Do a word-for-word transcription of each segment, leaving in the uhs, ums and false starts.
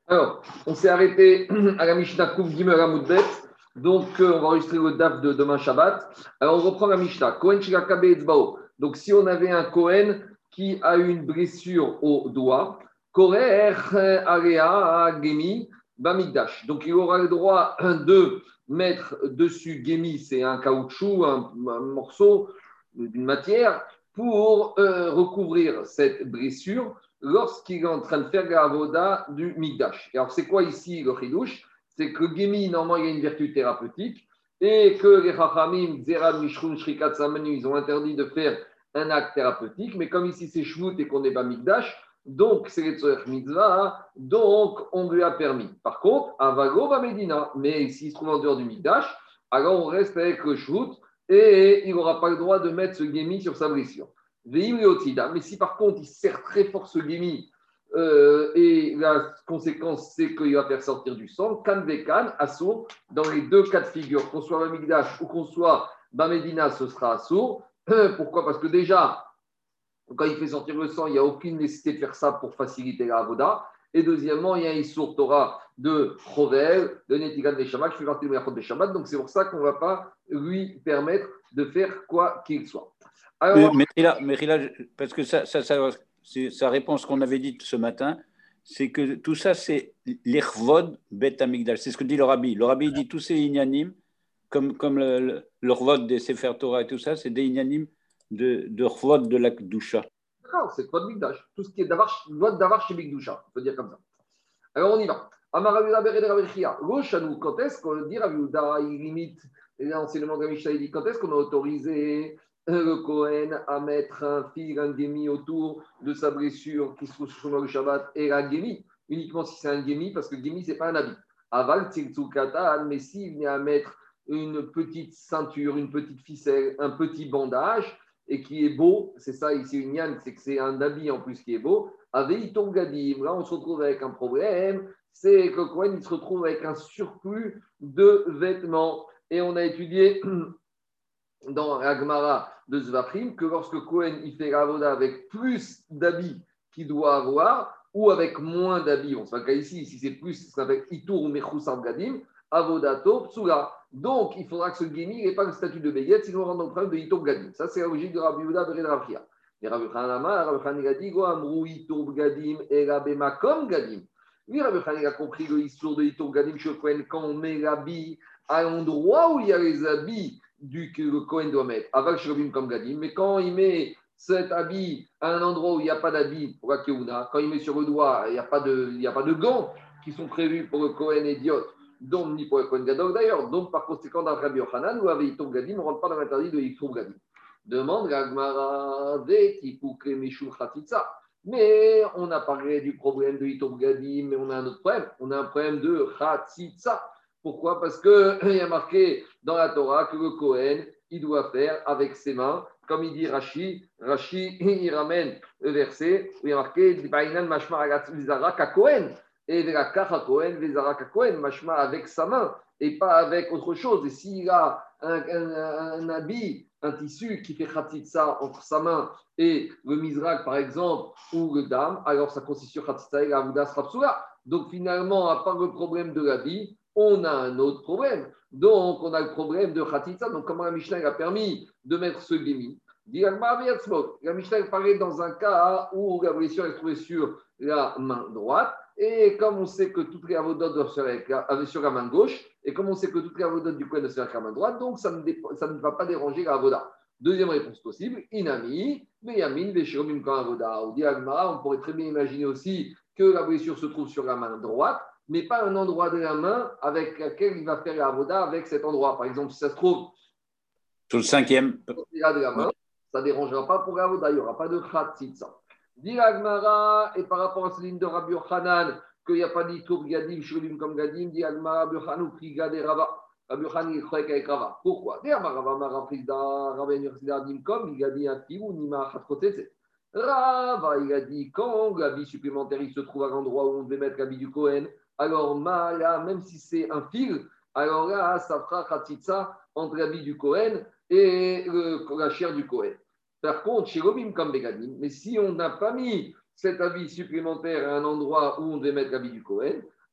Alors, on s'est arrêté à la Mishnah Kouf Gimel Amoudbet. Donc, euh, on va enregistrer le D A F de demain Shabbat. Alors, on reprend la Mishnah. Kohen Shirakabe Etzbao. Donc, si on avait un Kohen qui a eu une blessure au doigt, Korer Area Gemi Bamigdash. Donc, il aura le droit de mettre dessus Gemi, c'est un caoutchouc, un, un morceau d'une matière, pour euh, recouvrir cette blessure lorsqu'il est en train de faire la avoda du Migdash. Alors, c'est quoi ici le chidouche? C'est que le Gémi, normalement, il y a une vertu thérapeutique et que les Chachamim, Zerad, Mishrun, Shrikat, Samanu, ils ont interdit de faire un acte thérapeutique. Mais comme ici, c'est Shmout et qu'on n'est pas Migdash, donc c'est les Tzorech Mitzvah, donc on lui a permis. Par contre, Avago va Medina, mais s'il se trouve en dehors du Migdash, alors on reste avec le Shmout et il n'aura pas le droit de mettre ce Gémi sur sa blessure. Mais si par contre il serre très fort ce Gémi euh, et la conséquence c'est qu'il va faire sortir du sang, Kan Vekan, Assour, dans les deux cas de figure, qu'on soit Bamigdash ou qu'on soit Bamedina, ce sera Assour. Euh, pourquoi? Parce que déjà, quand il fait sortir le sang, il n'y a aucune nécessité de faire ça pour faciliter la avoda. Et deuxièmement, il y a un Issour Torah de Chovel, de Netigat des Shabbat, qui fait partie de la des Shabbat. Donc c'est pour ça qu'on ne va pas lui permettre de faire quoi qu'il soit. Mais, Alors, mais là, mais là, parce que ça, ça, ça, c'est- ça répond à ce qu'on avait dit ce matin, c'est que tout ça, c'est l'Echvod Bet Amigdash. C'est ce que dit le Rabbi. Le Rabbi dit tous ces inyanim, comme, comme le, le, le Rvod des Sefer Torah et tout ça, c'est des inyanim de, de Rvod de la Kedusha. non, c'est pas de Migdash. Tout ce qui est d'avar, loi d'avar chez Migdusha, on peut dire comme ça. Alors on y va. Amaraviuda Bered Rabechia. Rochanou, quand est-ce qu'on dit Raviuda, il limite l'enseignement de la Mishnah, il dit quand est-ce qu'on a autorisé le Kohen à mettre un fil, un gémi autour de sa blessure qui se trouve sur le Shabbat et la gémi, uniquement si c'est un gémi, parce que gémi, ce n'est pas un habit. Aval Tziltzukatan, mais s'il vient à mettre une petite ceinture, une petite ficelle, un petit bandage, et qui est beau, c'est ça ici une yann, c'est que c'est un habit en plus qui est beau, avec Gadim, là on se retrouve avec un problème, c'est que Cohen il se retrouve avec un surplus de vêtements. Et on a étudié dans la Gemara de Zvachim que lorsque Cohen il fait la voda avec plus d'habits qu'il doit avoir, ou avec moins d'habits, on ne sait pas ici, si c'est plus, c'est avec Itour ou Mechoussar Gadim, Avodato, Psula. Donc, il faudra que ce Gémi n'ait pas le statut de Béguet, sinon on rentre dans le problème de Itour Gadim. Ça, c'est la logique de Rabbi Yehuda Bered Rafia. Et Rabbi Hanama, Rabbi Hanama dit Go Amrou Itour Gadim et Rabbi Makom Gadim. Lui, Rabbi Hanama a compris le histoire de Itour Gadim chez Cohen quand on met l'habit à l'endroit où il y a les habits du, que le Cohen doit mettre, avec Shrobim comme Gadim. Mais quand il met cet habit à un endroit où il n'y a pas d'habit pour la Keuna, quand il met sur le doigt, il n'y a, pas de, il n'y a pas de gants qui sont prévus pour le Cohen idiot, donc ni pour le Cohen Gadol d'ailleurs. Donc par conséquent, dans Rabbi Yochanan ou avec Itour Gadim, on ne rentre pas dans l'interdit de Itour Gadim. Demande la Gemara de Kipouke Meshul Khatitsa. Mais on a parlé du problème de Itour Gadim, mais on a un autre problème. On a un problème de Khatitsa. Pourquoi? Parce qu'il y a marqué dans la Torah que le Kohen, il doit faire avec ses mains, comme il dit Rashi, Rashi, il ramène le verset où il y a marqué Bainan Mashma Vizaraka Kohen, et Velakach Kohen, Vizaraka Kohen, Mashma avec sa main, et pas avec autre chose. Et s'il a un, un, un habit, un tissu qui fait Khatitsa entre sa main et le Mizrak, par exemple, ou le Dam, alors ça consiste sur Khatitsa et la Avudas Rapsula. Donc finalement, à part le problème de l'habit, on a un autre problème. Donc, on a le problème de Khatitsa. Donc, comment la Mishnah a permis de mettre ce Gémi? La Mishnah parlait dans un cas où la blessure est trouvée sur la main droite. Et comme on sait que toutes les avodotes doivent se faire sur la main gauche, et comme on sait que toutes les avodotes du coin doivent se faire avec la main droite, donc ça ne, ça ne va pas déranger la avoda. Deuxième réponse possible, Inami, Beyamin, Veshiromim quand avoda. Ou Diagma, on pourrait très bien imaginer aussi que la blessure se trouve sur la main droite, mais pas un endroit de la main avec lequel il va faire la avoda avec cet endroit. Par exemple, si ça se trouve Sur le cinquième. de la main, ça ne dérangera pas pour la avoda, il n'y aura pas de khatsitsa. Dit Agmara, et par rapport à cette ligne de Rabbi Yochanan, qu'il n'y a pas d'itour gadim, shulim comme gadim, dit Agmara, Rabbi Yochanan, priga des Rava. Rabbi Yochanan, il croyait qu'avec Rava. Pourquoi? Dit Agmara, Rava, Prisda, Rava, Universida, Dimkom, il a dit un tivou, Nima, Khatkotetse. Rava, il a dit quand l'habit supplémentaire il se trouve à l'endroit où on devait mettre l'habit du Kohen, alors là, même si c'est un fil, alors là, ça fera Khatitsa entre l'habit du Kohen et le, la chair du Kohen. Par contre, chez Robim comme Begadim, mais si on n'a pas mis cet habit supplémentaire à un endroit où on devait mettre l'habit du Kohen,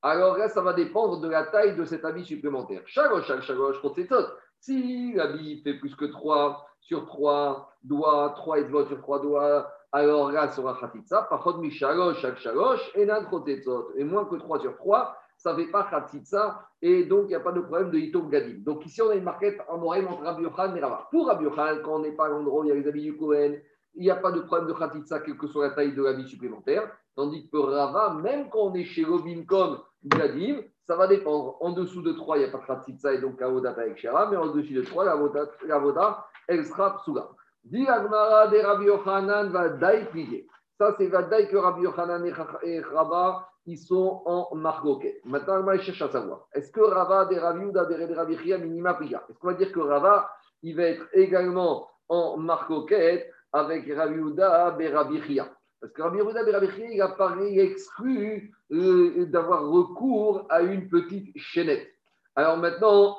Alors là, ça va dépendre de la taille de cet habit supplémentaire. Chaloche, chaloche, chaloche, chotzetzot. Si l'habit fait plus que trois sur trois doigts, trois etzvot sur trois doigts, alors là, ça sera khatitsa. Par contre, mi chaloche, chaloche, chaloche, et nan chotzetzot. Et moins que trois sur trois, ça ne fait pas khatitsa. Et donc, il n'y a pas de problème de hitom gadim. Donc ici, on a une marquette en moraine entre Rabbi Yochanan et Rava. Pour Rabbi Yochanan, quand on n'est pas à l'endroit où il y a les habits du Kohen, il n'y a pas de problème de khatitsa, quelle que soit la taille de l'habit supplémentaire. Tandis que Rava, même quand on est chez Robin comme Gadim, ça va dépendre. En dessous de trois, il n'y a pas de khatitsa et donc Avodat avec Shera, mais en dessus de trois, la voda, elle sera psula. Dit Agmara de Rabbi Yochanan va daï plié. Ça, c'est va daï que Rabbi Yochanan et Rava, ils sont en marcoquet. Maintenant, Agmara cherche à savoir, est-ce que Rava de Rabbi Uda de Rabbi Chia minima pliga? Est-ce qu'on va dire que Rava, il va être également en marcoquet avec Rabbi Uda de Rabbi Chia? Parce que Rabbi Yehuda ben Rabbi Chia, il a parlé, il a exclu euh, d'avoir recours à une petite chaînette. Alors maintenant,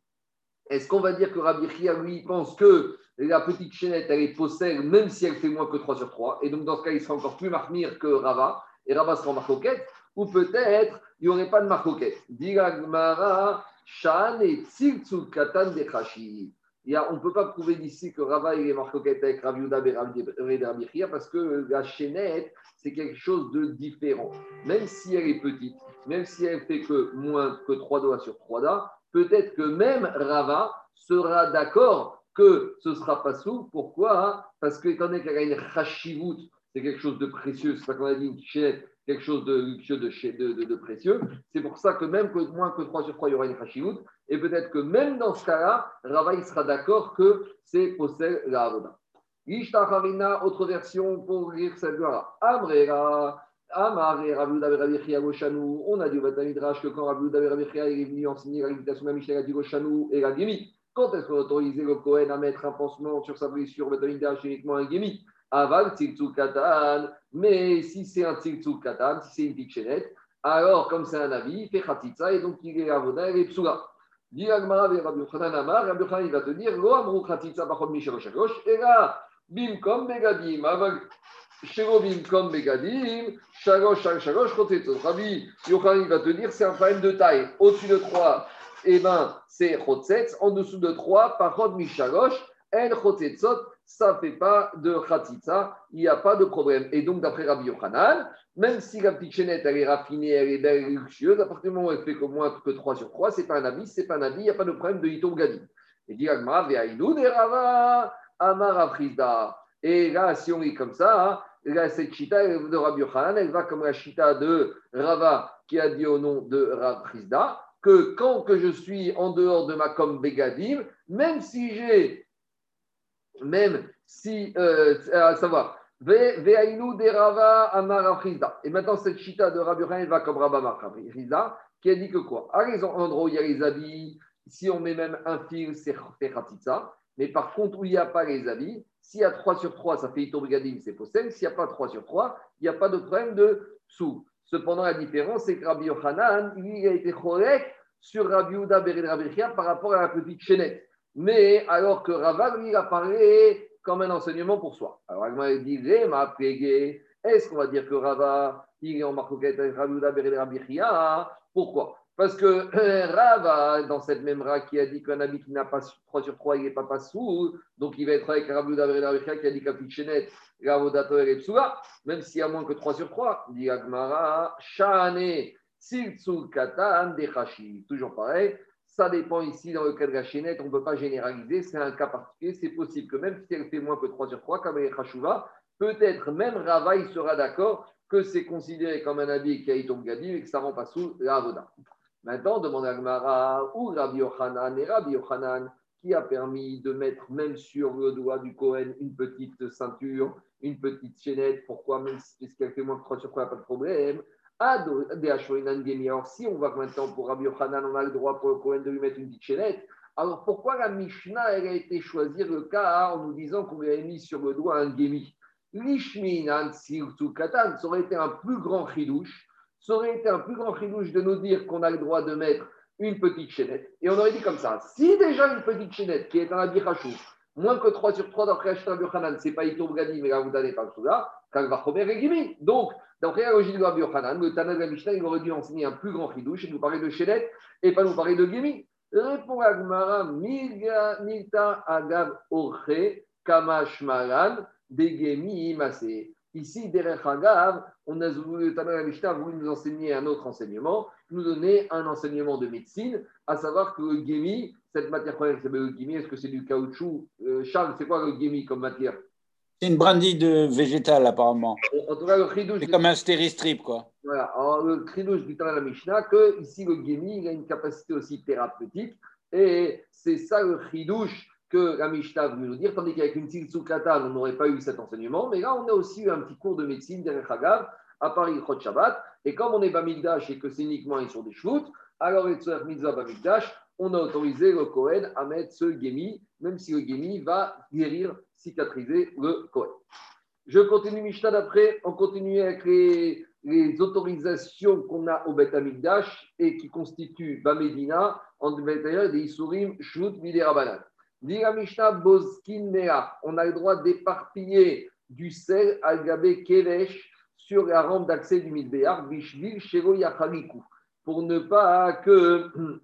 est-ce qu'on va dire que Rabbi Chia, lui, pense que la petite chaînette, elle est possède, même si elle fait moins que trois sur trois, et donc dans ce cas, il sera encore plus marmire que Rava, et Rava sera en marcoquette, ou peut-être, il n'y aurait pas de marcoquette. Diragmara, Shan et Tziltzul Katan de Chashi. Il y a, on ne peut pas prouver d'ici que Rava il est marcoquette avec Rabbi Yehuda et Rabbi Chia parce que la chaînette, c'est quelque chose de différent. Même si elle est petite, même si elle fait que moins que trois doigts sur trois doigts, peut-être que même Rava sera d'accord que ce ne sera pas sous. Pourquoi? Parce que étant donné qu'elle a une chashivut, c'est quelque chose de précieux, c'est ça qu'on a dit, une chaînette, quelque chose de luxueux, de, de, de, de précieux. C'est pour ça que même que moins que trois sur trois, il y aura une chashivut. Et peut-être que même dans ce cas-là, Rava il sera d'accord que c'est possède la avoda. Ishtacharina, autre version pour lire cette gloire. Amrera, Amar et Rabbi Yehuda Rabbi Chia Goshanu. On a dit au Beth Midrash que quand Rabbi Yehuda Rabbi Chia est venu enseigner la limitation de la Mishnah, il a dit Goshanu et la Gémi. Quand est-ce qu'on a autorisé le Kohen à mettre un pansement sur sa blessure, Beth Midrash uniquement un Gémi? Aval Tziltzul Katan. Mais si c'est un Tziltzul Katan, si c'est une petite chaînette, alors comme c'est un avis, il fait Khatitsa et donc il est avoda et il est psula. Dit Agmara avec Rabbi Yochanan Amar, Rabbi Yochanan il va te dire Lo amrou khatitza bachon mishalosh shalosh, et là, bimkom begadim, avec shelo bimkom begadim, shalosh shalosh chotetzot. Rabbi Yochanan il va te dire c'est un problème de taille. Au-dessus de trois, eh ben, c'est chotzetz, en dessous de trois, bachon mishalosh, en chotetzot, ça ne fait pas de khatitza, il n'y a pas de problème. Et donc, d'après Rabbi Yochanan, même si la petite chaînette, elle est raffinée, elle est belle, elle est luxueuse, à partir du moment où elle fait que moins que trois sur trois, ce n'est pas un habit, ce n'est pas un habit, il n'y a pas de problème de hitom gadim. Et dit Agma, ve'aïnou de Rava, Amar Afrizda. Et là, si on lit comme ça, là, cette chita de Rabbi Yochanan, elle va comme la chita de Rava qui a dit au nom de Rav Frizda, que quand que je suis en dehors de ma comme Begadim, même si j'ai même si, euh, à savoir, Ve'aïnou de Rava Amar Afrizda. Et maintenant, cette chita de Rabbi Yochanan va comme Rabba Amar Afrizda, qui a dit que quoi? À l'endroit où il y a les habits, si on met même un fil, c'est Khatitsa. Mais par contre, où il n'y a pas les habits, s'il y a trois sur trois, ça fait Ito Begadim, c'est possède. S'il n'y a pas trois sur trois, il n'y a pas de problème de sous. Cependant, la différence, c'est que Rabbi Yochanan, lui, il a été chorek sur Rabbi Yehuda Bered Rabbi Chia par rapport à la petite chaînette. Mais alors que Rava, lui, il a parlé comme un enseignement pour soi. Alors, Agma dit, est-ce qu'on va dire que Rava, il est en marcoquette avec Rabbi Yehuda Bered Rabbi Chia? Pourquoi? Parce que euh, Rava, dans cette même Ra qui a dit qu'un habit qui n'a pas trois sur trois, il n'est pas pas sous, donc il va être avec Rabbi Yehuda Bered Rabbi Chia qui a dit qu'à petite chaînette, la vodato elle est psula, même s'il y a moins que trois sur trois. Dit Agmara, Shane, Tziltzul Katan, Dechashi. Toujours pareil. Ça dépend ici dans le cas de la chaînette, on ne peut pas généraliser, c'est un cas particulier. C'est possible que même si elle fait moins que trois sur trois, comme elle est Chashouva, peut-être même Rava il sera d'accord que c'est considéré comme un habit qui a Itom Gadim et que ça ne rend pas sous la Avoda. Maintenant, on demande à Gmara ou Rabbi Yochanan et Rabbi Yochanan qui a permis de mettre même sur le doigt du Kohen une petite ceinture, une petite chaînette. Pourquoi? Même si elle fait moins que trois sur trois, il n'y a pas de problème. Alors, si on va maintenant pour Rabbi Yochanan, on a le droit pour le Kohen de lui mettre une petite chaînette. Alors, pourquoi la Mishnah elle a été choisir le cas en nous disant qu'on lui avait mis sur le doigt un gémi? Lishminan Sirtu Katan, ça aurait été un plus grand chidouche. Ça aurait été un plus grand chidouche de nous dire qu'on a le droit de mettre une petite chaînette. Et on aurait dit comme ça, si déjà une petite chaînette qui est un habit chachou, Moins que trois sur trois d'après Ashtar Yochanan, ce n'est pas Ito Gadi, mais la Ouda n'est pas le Souda, Kalvachomer et Gimi. Donc, d'après la logique de Rabbi Yochanan, le Tana de la Mishnah, il aurait dû enseigner un plus grand chidouche et nous parler de Shelet et pas nous parler de Gimi. Répond Agmara, Milta Agav Orche, Kamash Malan, Degemi Imase. Ici, derrière Agav, on a le Tana de la Mishnah a voulu nous enseigner un autre enseignement, nous donner un enseignement de médecine, à savoir que le Gemi, cette matière première qui s'appelle le Gemi, est-ce que c'est du caoutchouc euh, Charles, c'est quoi le Gemi comme matière? C'est une brindille de végétal, apparemment. En tout cas, le chidouche. C'est comme un stéristrip, quoi. Voilà. Alors, le chidouche du Tana de la Mishnah, que ici, le Gemi, il a une capacité aussi thérapeutique. Et c'est ça le chidouche que la Mishnah a voulu nous dire. Tandis qu'avec une Tziltzukatan, on n'aurait pas eu cet enseignement. Mais là, on a aussi eu un petit cours de médecine derrière Hagav à Paris, Chod Shabbat. Et comme on est Bamikdash et que c'est uniquement sur des shvut, alors les Tzoer Mitzvah Bamikdash, on a autorisé le Kohen à mettre ce Gemi, même si le Gemi va guérir, cicatriser le Kohen. Je continue Mishnah d'après, on continue avec les, les autorisations qu'on a au Beth Amikdash et qui constituent Bamedina, en l'intérieur des Isurim, Shvut, Miderabanan. Dira Mishnah, Bozkin Mea, on a le droit d'éparpiller du sel al-Gabé Kevesh sur la rampe d'accès du Midbéar, Bishvil, Shero Yachaliku, pour ne pas que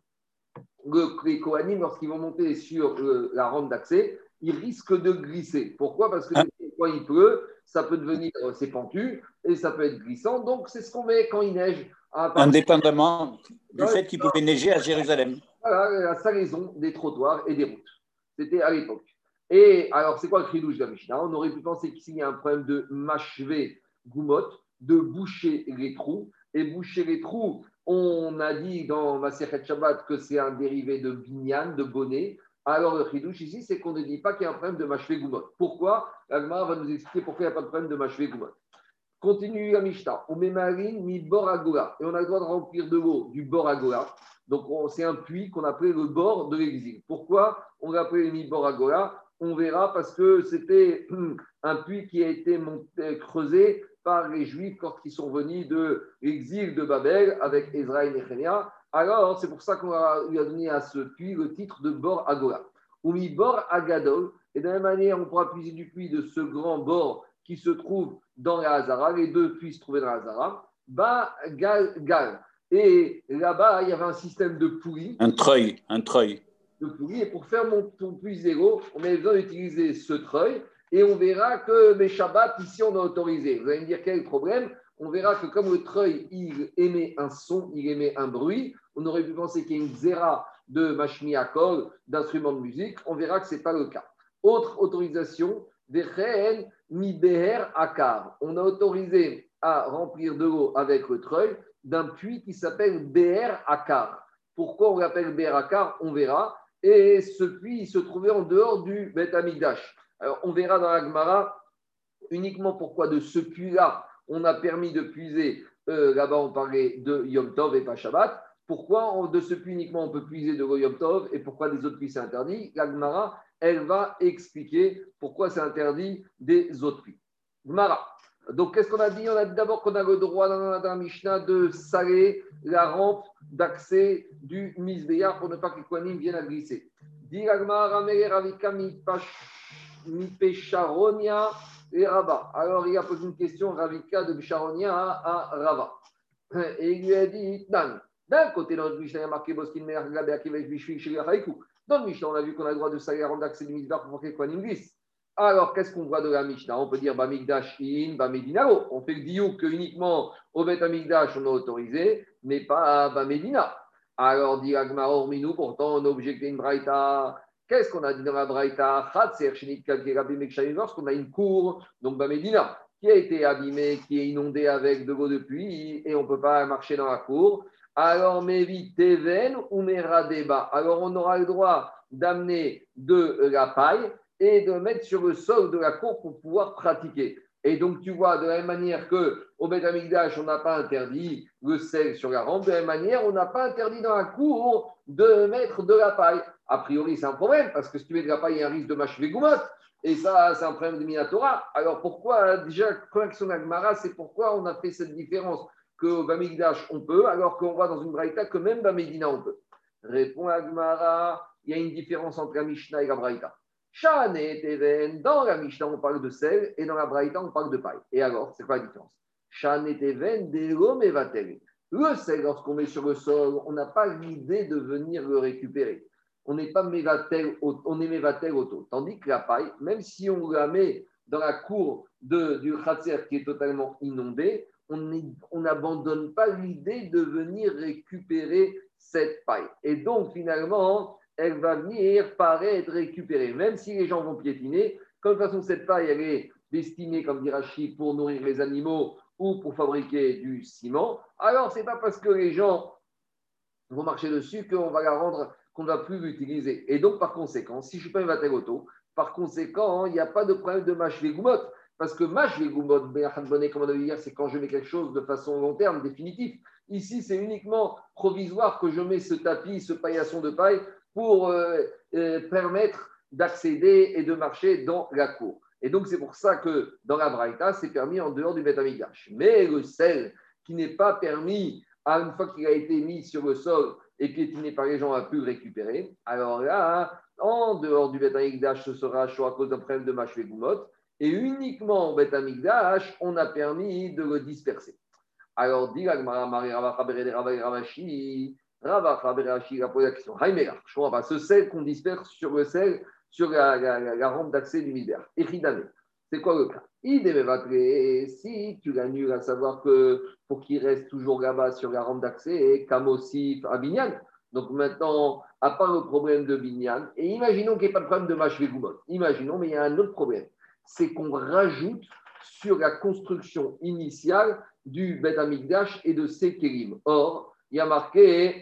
le, les Kohanim, lorsqu'ils vont monter sur le, la rampe d'accès, ils risquent de glisser. Pourquoi? Parce que ah. quand il pleut, ça peut devenir, euh, c'est pentu, et ça peut être glissant. Donc, c'est ce qu'on met quand il neige. Indépendamment du ouais, fait qu'il pouvait neiger à Jérusalem. Voilà, la salaison des trottoirs et des routes. C'était à l'époque. Et alors, c'est quoi le chidouche de la Mishnah? On aurait pu penser qu'ici, il y a un problème de machvé goumot, de boucher les trous. Et boucher les trous, on a dit dans Masechet Shabbat que c'est un dérivé de binyan, de bonnet. Alors, le chidouche ici, c'est qu'on ne dit pas qu'il y a un problème de machvé goumot. Pourquoi? L'Agmara va nous expliquer pourquoi il n'y a pas de problème de machvé goumot. Continue la Mishnah. On met marine mi bord agola. Et on a le droit de remplir de l'eau du bord agola. Donc, on, c'est un puits qu'on appelait le bord de l'exil. Pourquoi on l'a appelé mi bord agola? On verra parce que c'était un puits qui a été monté, creusé par les Juifs quand ils sont venus de l'exil de Babel avec Ezra et Nehemia. Alors, c'est pour ça qu'on a, lui a donné à ce puits le titre de bord agola. Ou mi bord agadol. Et de la même manière, on pourra puiser du puits de ce grand bord qui se trouve dans la Hazara, les deux puits se trouvaient dans la Hazara, Ba Gal Gal. Et là-bas, il y avait un système de poulies. Un treuil, un treuil. De poulies. Et pour faire mon, mon puits zéro, on avait besoin d'utiliser ce treuil. Et on verra que mes Shabbats, ici, on a autorisé. Vous allez me dire quel est le problème? On verra que comme le treuil, il émet un son, il émet un bruit, on aurait pu penser qu'il y a une zéra de machmi à kol, d'instruments de musique. On verra que ce n'est pas le cas. Autre autorisation, Vechen mi beher akar. On a autorisé à remplir de l'eau avec le treuil d'un puits qui s'appelle beher akar. Pourquoi on l'appelle beher akar? On verra. Et ce puits, il se trouvait en dehors du Beth Amikdash. Alors, on verra dans la Gemara uniquement pourquoi de ce puits-là, on a permis de puiser. Euh, là-bas, on parlait de Yom Tov et pas Shabbat. Pourquoi on, de ce puits uniquement on peut puiser de l'eau Yom Tov et pourquoi des autres puits c'est interdit? La Gemara, elle va expliquer pourquoi c'est interdit des autres puits. Gemara. Donc, qu'est-ce qu'on a dit? On a dit d'abord qu'on a le droit dans la Mishnah de saler la rampe d'accès du Misbéar pour ne pas que les Kohanim viennent à glisser. Dit la Gemara, Ravika mi Pesharonia et Rava. Alors, il a posé une question, Ravika de Pesharonia à Rava. Et il lui a dit, Dan. D'un côté, dans le Mishnah, il y a marqué Boskin Meir Gabe Akivesh Bishvil Shiri Haiku. Dans le Mishnah, on a vu qu'on a le droit de saler la rampe d'accès du Misbéar pour que les Kohanim glissent. Alors, qu'est-ce qu'on voit de la Mishnah? On peut dire Bamikdash in, Bamedinaro. On fait le diouk que uniquement au Bet Amikdash on a autorisé, mais pas à Bamedina. Alors, dit Agmar Minou, pourtant on a objecté une braïta. Qu'est-ce qu'on a dit dans la braïta? Lorsqu'on a une cour, donc Bamedina, qui a été abîmée, qui est inondée avec de l'eau de pluie et on ne peut pas marcher dans la cour. Alors, Mevi Teven ou Meradeba. Alors, on aura le droit d'amener de la paille et de mettre sur le sol de la cour pour pouvoir pratiquer. Et donc, tu vois, de la même manière qu'au Beth Amikdash, on n'a pas interdit le sel sur la rampe, de la même manière, on n'a pas interdit dans la cour de mettre de la paille. A priori, c'est un problème, parce que si tu mets de la paille, il y a un risque de machvé goumot. Et ça, c'est un problème de Minatora. Alors, pourquoi, déjà, correction d'Agmara, c'est pourquoi on a fait cette différence qu'au Beth Amikdash, on peut, alors qu'on voit dans une braïta que même Bamedina, on peut. Répond Agmara, il y a une différence entre la Mishnah et la braïta. Shane et Teven, dans la Mishnah, on parle de sel et dans la Braïta, on parle de paille. Et alors, c'est quoi la différence? Shane et Teven, des Romevatel. Le sel, lorsqu'on met sur le sol, on n'a pas l'idée de venir le récupérer. On n'est pas mévatel, on est mévatel auto. Tandis que la paille, même si on la met dans la cour de, du khatser qui est totalement inondé, on n'abandonne pas l'idée de venir récupérer cette paille. Et donc, finalement, elle va venir paraître récupérée. Même si les gens vont piétiner, comme de toute façon, cette paille, elle est destinée, comme dit Rachid, pour nourrir les animaux ou pour fabriquer du ciment, alors ce n'est pas parce que les gens vont marcher dessus qu'on va la rendre, qu'on ne va plus l'utiliser. Et donc, par conséquent, si je ne suis pas une vatel auto, par conséquent, il n'y a pas de problème de mâche végumot. Parce que mâche végumot, comme on avait dit hier, c'est quand je mets quelque chose de façon long terme, définitif. Ici, c'est uniquement provisoire que je mets ce tapis, ce paillasson de paille pour euh, euh, permettre d'accéder et de marcher dans la cour. Et donc, c'est pour ça que dans la Braïta, c'est permis en dehors du Beth Amikdash. Mais le sel qui n'est pas permis, à une fois qu'il a été mis sur le sol et piétiné par les gens, a pu le récupérer, alors là, en dehors du Beth Amikdash, ce sera chaud à cause d'un problème de mâche végumot. Et uniquement au Beth Amikdash, on a permis de le disperser. Alors, dit la Gemara, Marie Ravacha Bereder Ravashi, Ravacha Berashi, il a posé la question. Haïmera, je comprends pas. Ce sel qu'on disperse sur le sel, sur la, la, la, la rampe d'accès du Misber. Echidane. C'est quoi le cas? Il devait battre, si tu l'annules, à savoir que pour qu'il reste toujours là-bas sur la rampe d'accès, Kamosif à Binyan. Donc maintenant, à part le problème de Binyan, et imaginons qu'il n'y ait pas de problème de mâche végumot. Imaginons, mais il y a un autre problème. C'est qu'on rajoute sur la construction initiale du Beth Amikdash et de ses kélim. Or, il y a marqué,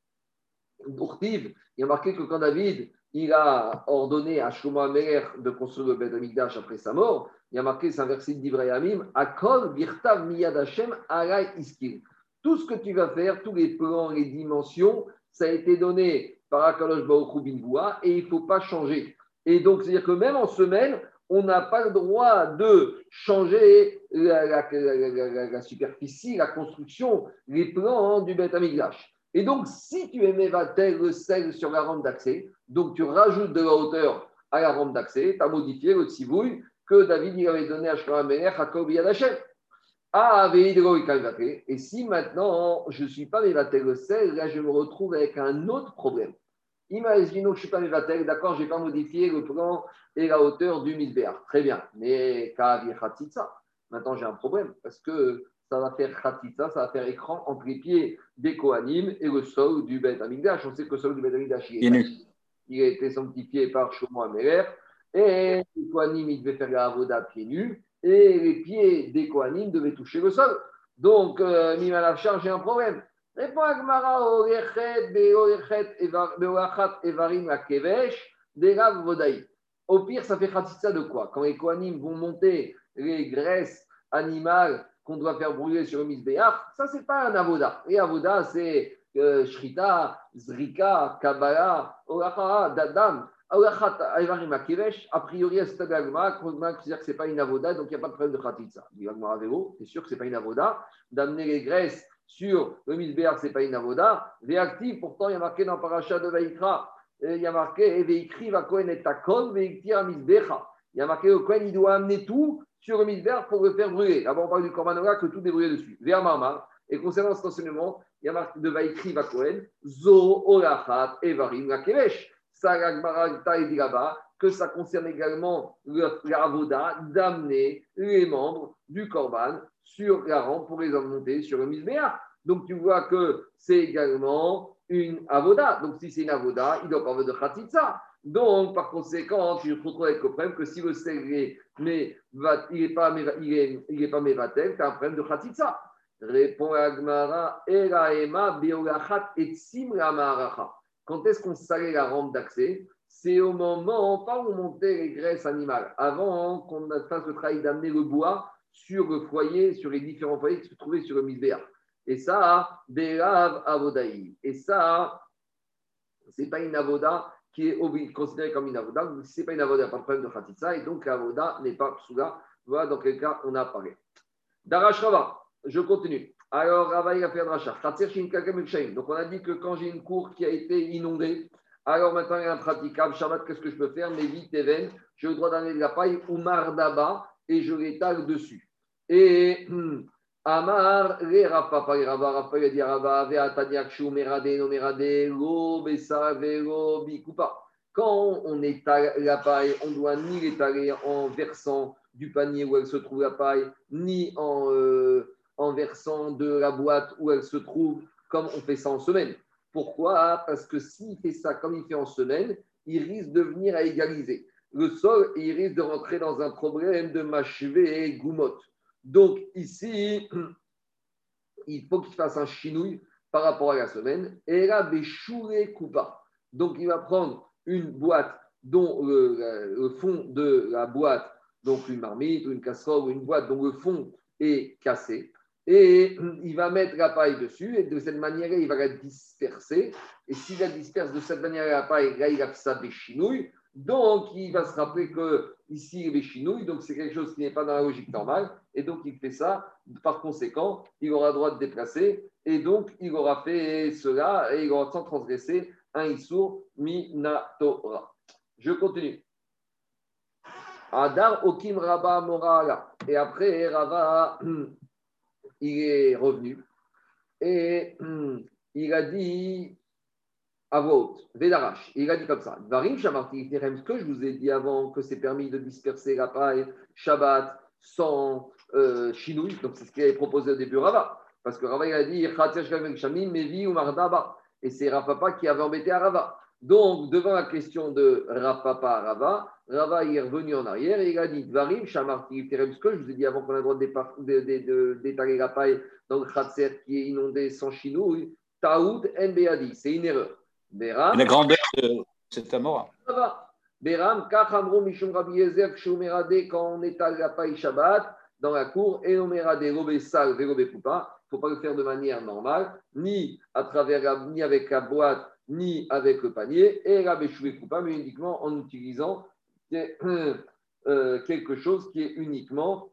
il y a marqué que quand David il a ordonné à Shlomo HaMelech de construire le Beth Amikdash après sa mort, il y a marqué, c'est un verset d'Ivrei Yamim, Akol Birtav Miyad Hashem Alay Iskil. Tout ce que tu vas faire, tous les plans, les dimensions, ça a été donné par Akadosh Baruch Hu Binvoua et il ne faut pas changer. Et donc, c'est-à-dire que même en semaine, on n'a pas le droit de changer la, la, la, la, la superficie, la construction, les plans du Beth Amikdash. Et donc, si tu émets le sel sur la rampe d'accès, donc tu rajoutes de la hauteur à la rampe d'accès, tu as modifié le tzivouï que David il avait donné à Shlomo HaMelech à Jacob Yad Hashem. Ah, et si maintenant je ne suis pas mévatel le sel, là je me retrouve avec un autre problème. Imaginons que je ne suis pas mévatel, d'accord, je n'ai pas modifié le plan et la hauteur du misbéach. Très bien, mais Kavi Khatitsa, maintenant j'ai un problème parce que ça va faire Khatitsa, ça va faire écran entre les pieds des Kohanim et le sol du Beth Amikdash. On sait que le sol du Beth Amikdash, il, il a été sanctifié par Shlomo HaMelech et les Kohanim, ils devaient faire la avoda pieds nus et les pieds des Kohanim devaient toucher le sol. Donc, euh, Mimalafchar, j'ai un problème. Répond Agmara, Orechet, Beorechet, Beoachat, Evarim, la Kevesh, Derav, Vodaï. Au pire, ça fait Khatitsa de quoi? Quand les Kohanim vont monter les graisses animales qu'on doit faire brûler sur le misbéach, ça, c'est pas un avoda. Et avoda, c'est euh, Shrita, Zrika, Kabbalah, Oracha, Dadam. A priori, à ce stade d'Agma, on considère que ce n'est pas une avoda, donc il n'y a pas de problème de khatitsa. Il dit Agma Vélo, c'est sûr que ce n'est pas une avoda. D'amener les graisses sur le misbéach, ce n'est pas une avoda. Véactif, pourtant, il y a marqué dans le paracha de Vaïkra, il y a marqué Veikri va Kohen et Takon, Veiktir misbécha. Il y a marqué le Kohen, il doit amener tout sur le misbéach pour le faire brûler. D'abord, on parle du Korbanora, que tout est brûlé dessus. Véamama. Et concernant cet enseignement, il y a marqué de Vaïkri va Kohen, Zo, Olachat, Evarim, la Kevesh. Ça, il dit là-bas que ça concerne également l'avoda d'amener les membres du korban sur la rampe pour les emmonter sur le misbéach. Donc tu vois que c'est également une avoda. Donc si c'est une avoda, il doit pas avoir de khatitsa. Donc par conséquent, tu te retrouves avec le problème que si le sel est, mais il n'est pas il est, il est pas mévatel, tu as un problème de khatitsa. Répond Agmara, Elaema beolachat et sim la maracha. Quand est-ce qu'on salait la rampe d'accès? C'est au moment, pas où on montait les graisses animales, avant qu'on fasse le travail d'amener le bois sur le foyer, sur les différents foyers qui se trouvaient sur le misbéach. Et ça, Bérav Avodaï. Et ça, ce n'est pas une avoda qui est considérée comme une avoda. Si ce n'est pas une avoda, il n'y a pas de problème de khatitsa. Et donc, l'avoda n'est pas psoula. Voilà dans quel cas on a parlé. Darash Rava, je continue. Alors, Rava, il a fait un rachat. Donc, on a dit que quand j'ai une cour qui a été inondée, Alors maintenant, il est impraticable. Shabbat, qu'est-ce que je peux faire? Mais vite, Even, j'ai le droit d'amener de la paille ou mardaba et je l'étale dessus. Et hum, Amar, les Rafa, pas les Rafa, Rafa, il a dit Rafa, Veataniak, Chou, Merade, no Merade, Lo, Bessa, Velo, Bikupa. Quand on étale la paille, on doit ni l'étaler en versant du panier où elle se trouve la paille, ni en, euh, en versant de la boîte où elle se trouve, comme on fait ça en semaine. Pourquoi? Parce que s'il fait ça comme il fait en semaine, il risque de venir à égaliser le sol et il risque de rentrer dans un problème de machevé et goumotte. Donc ici, il faut qu'il fasse un chinouille par rapport à la semaine. Et là, béchouré coupa. Donc il va prendre une boîte dont le, le fond de la boîte, donc une marmite ou une casserole ou une boîte dont le fond est cassé. Et il va mettre la paille dessus et de cette manière-là, il va la disperser. Et s'il la disperse de cette manière-là, la paille, là, il a fait ça béchinouille. Donc, il va se rappeler que ici il est béchinouille, donc c'est quelque chose qui n'est pas dans la logique normale. Et donc, il fait ça. Par conséquent, il aura le droit de déplacer. Et donc, il aura fait cela et il aura sans transgresser un Issour Minatora. Je continue. Adar Okim Rabba Morala. Et après, Rava, il est revenu et il a dit à voix haute, Védarash, il a dit comme ça, Varim Shamarti Terem, ce que je vous ai dit avant, que c'est permis de disperser la paille, Shabbat, sans euh, chinouille, donc c'est ce qu'il avait proposé au début Rava, parce que Rava il a dit, Mevi ou Mardaba, et c'est Rafapa qui avait embêté à Rava. Donc, devant la question de Rafapa à Rava, Rava il est revenu en arrière et il a dit, Varim Shamarti Terem, ce que je vous ai dit avant qu'on a le droit d'étaler la paille dans le Khatser qui est inondé sans chinouille, Taout Nbeadi, c'est une erreur. Béram, la grandeur de cet Amora. ça va. Béram, Kachamro, Mishum Rabbi Yezer, Kshumerade, quand on étale la paille Shabbat dans la cour, et on merade robé sale, robé poupa. Il ne faut pas le faire de manière normale, ni à travers la, ni avec la boîte, ni avec le panier, et la béchoué coupa, mais uniquement en utilisant euh, quelque chose qui est uniquement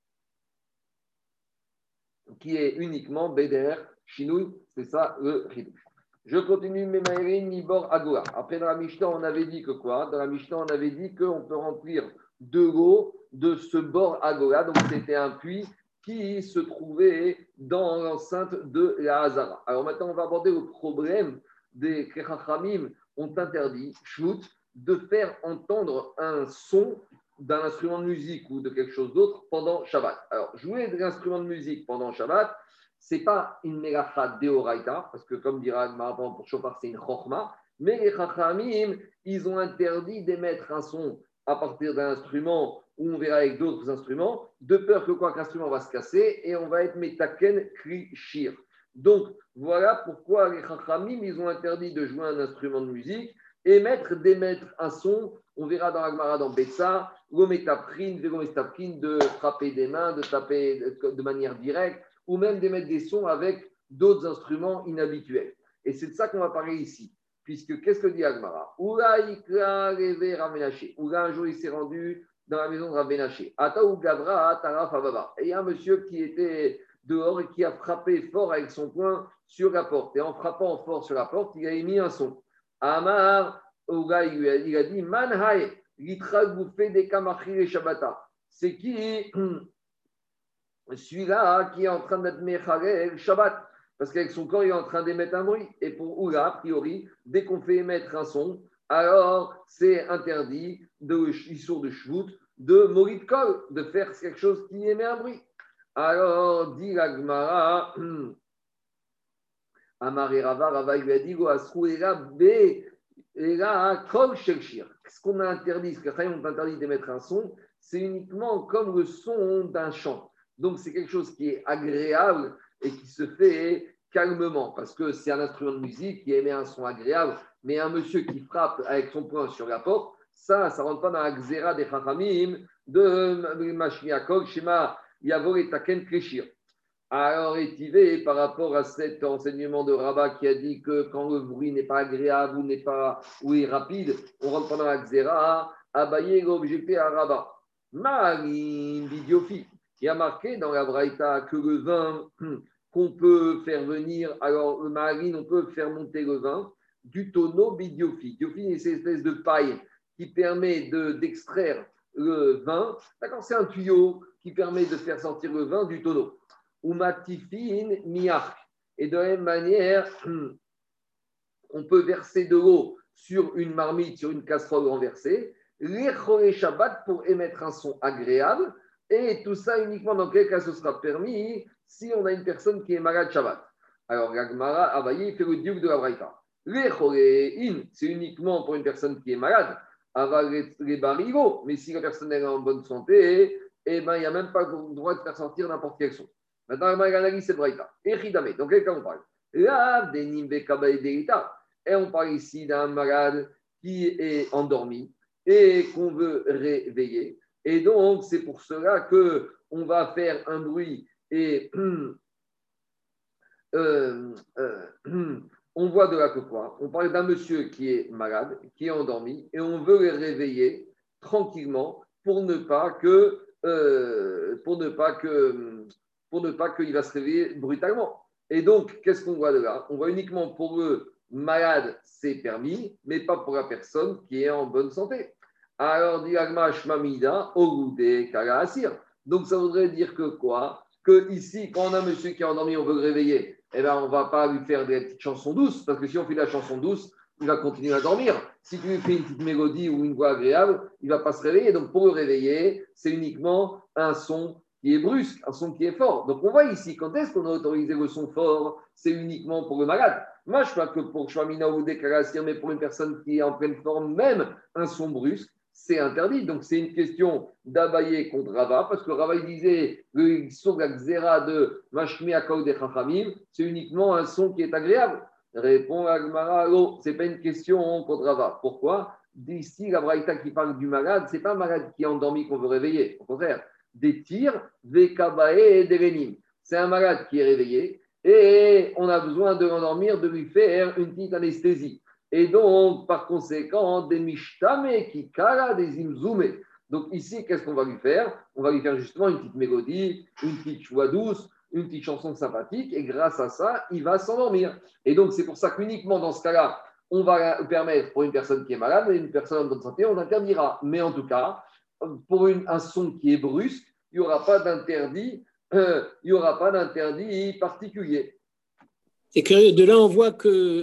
qui est uniquement B D R, Chinouille, c'est ça le ridouche. Je continue, Memaïrin, Nibor, Agoa. Après, dans la Mishnah, on avait dit que quoi? Dans la Mishnah, on avait dit qu'on peut remplir de l'eau de ce bord Agoa. Donc, c'était un puits qui se trouvait dans l'enceinte de la Hazara. Alors, maintenant, on va aborder le problème des Kechachamim ont interdit, Shvut, de faire entendre un son d'un instrument de musique ou de quelque chose d'autre pendant Shabbat. Alors, jouer de l'instrument de musique pendant Shabbat, ce n'est pas une melacha deoraita, parce que comme dira Agmara pour Chopar, c'est une chorma, mais les chachamim, ils ont interdit d'émettre un son à partir d'un instrument où on verra avec d'autres instruments, de peur que quoi qu'instrument va se casser et on va être metaken kri shir. Donc, voilà pourquoi les chachamim, ils ont interdit de jouer un instrument de musique, émettre, d'émettre un son. On verra dans Agmara, dans Betsa, l'ométaprin, l'ométaprin, de frapper des mains, de taper de manière directe, ou même d'émettre des sons avec d'autres instruments inhabituels. Et c'est de ça qu'on va parler ici. Puisque, qu'est-ce que dit Agmara? Oula ikra reve Raménaché. Oula, un jour, il s'est rendu dans la maison de Raménaché. Ata ou Gavra, Atara Favava. Et il y a un monsieur qui était dehors et qui a frappé fort avec son poing sur la porte. Et en frappant fort sur la porte, il a émis un son. Amar, Oula, il a dit Manhaï, l'itra bouffé des kamachri et Shabbata. C'est qui celui-là qui est en train d'être Mechalel Shabbat, parce qu'avec son corps, il est en train d'émettre un bruit. Et pour Oula, a priori, dès qu'on fait émettre un son, alors c'est interdit de Issour de Shvut, de Morit Kol, de faire quelque chose qui émet un bruit. Alors, dit la Gemara, Amar et Rava, Rava lui a dit, Kol Shelshir. Ce qu'on a interdit, ce que les ont interdit d'émettre un son, c'est uniquement comme le son d'un chant. Donc, c'est quelque chose qui est agréable et qui se fait calmement, parce que c'est un instrument de musique qui émet un son agréable, mais un monsieur qui frappe avec son poing sur la porte, ça, ça ne rentre pas dans la xéra des chachamim de Mashmiakol, Shema, Yavor et Taken Kleshir. Alors, étivé par rapport à cet enseignement de Rabat qui a dit que quand le bruit n'est pas agréable ou n'est pas ou est rapide, on rentre pas dans la xéra, Abaye objecté à Rabat. Marim Bidiofi. Il y a marqué dans la Braïta que le vin qu'on peut faire venir, alors le marine, on peut faire monter le vin du tonneau bidiophile. Diophile, c'est une espèce de paille qui permet de, d'extraire le vin. D'accord, c'est un tuyau qui permet de faire sortir le vin du tonneau. Ou matifine miark. Et de la même manière, on peut verser de l'eau sur une marmite, sur une casserole renversée, les choré Shabbat pour émettre un son agréable, et tout ça uniquement dans quel cas ce sera permis si on a une personne qui est malade Shabbat. Alors, Gagmara, Abaye fait le diouk de la Braïta. Les choré in, c'est uniquement pour une personne qui est malade, aval les barigo, mais si la personne est en bonne santé, eh ben, il n'y a même pas le droit de faire sortir n'importe quel son. Maintenant, la analyse, c'est Braïta. Et Chidame, dans quel cas on parle? Là, des nimbe kabbalah derita. Et on parle ici d'un malade qui est endormi et qu'on veut réveiller. Et donc, c'est pour cela qu'on va faire un bruit et euh, euh, on voit de là que quoi? On parle d'un monsieur qui est malade, qui est endormi, et on veut le réveiller tranquillement pour ne pas que, euh, pour ne pas que, pour ne pas qu'il va se réveiller brutalement. Et donc, qu'est-ce qu'on voit de là? On voit uniquement pour le malade, c'est permis, mais pas pour la personne qui est en bonne santé. Alors, dit Agma Shmamida, Ogoudé, Kala Asir. Donc, ça voudrait dire que quoi? Que ici, quand on a un monsieur qui est endormi, on veut le réveiller, eh ben, on ne va pas lui faire des petites chansons douces, parce que si on fait la chanson douce, il va continuer à dormir. Si tu lui fais une petite mélodie ou une voix agréable, il ne va pas se réveiller. Donc, pour le réveiller, c'est uniquement un son qui est brusque, un son qui est fort. Donc, on voit ici, quand est-ce qu'on a autorisé le son fort? C'est uniquement pour le malade. Moi, je ne sais pas que pour Shmamina ou Dekarassir, mais pour une personne qui est en pleine forme, même un son brusque, c'est interdit. Donc, c'est une question d'Abaye contre Rava, parce que Rava disait le son de la xéra de Mashmi Akol de Chachamim, c'est uniquement un son qui est agréable. Répond Agmara, oh, ce n'est pas une question contre Rava. Pourquoi? D'ici, la Braïta qui parle du malade, ce n'est pas un malade qui est endormi qu'on veut réveiller. Au contraire, des tirs, Vekabae et Derenim. C'est un malade qui est réveillé et on a besoin de l'endormir, de lui faire une petite anesthésie. Et donc, par conséquent, des mishtame qui kara, des imzoumé. Donc ici, qu'est-ce qu'on va lui faire? On va lui faire justement une petite mélodie, une petite voix douce, une petite chanson sympathique, et grâce à ça, il va s'endormir. Et donc, c'est pour ça qu'uniquement dans ce cas-là, on va permettre pour une personne qui est malade, mais une personne en bonne santé, on interdira. Mais en tout cas, pour une, un son qui est brusque, il n'y aura pas d'interdit, euh, il n'y aura pas d'interdit particulier. C'est curieux. De là, on voit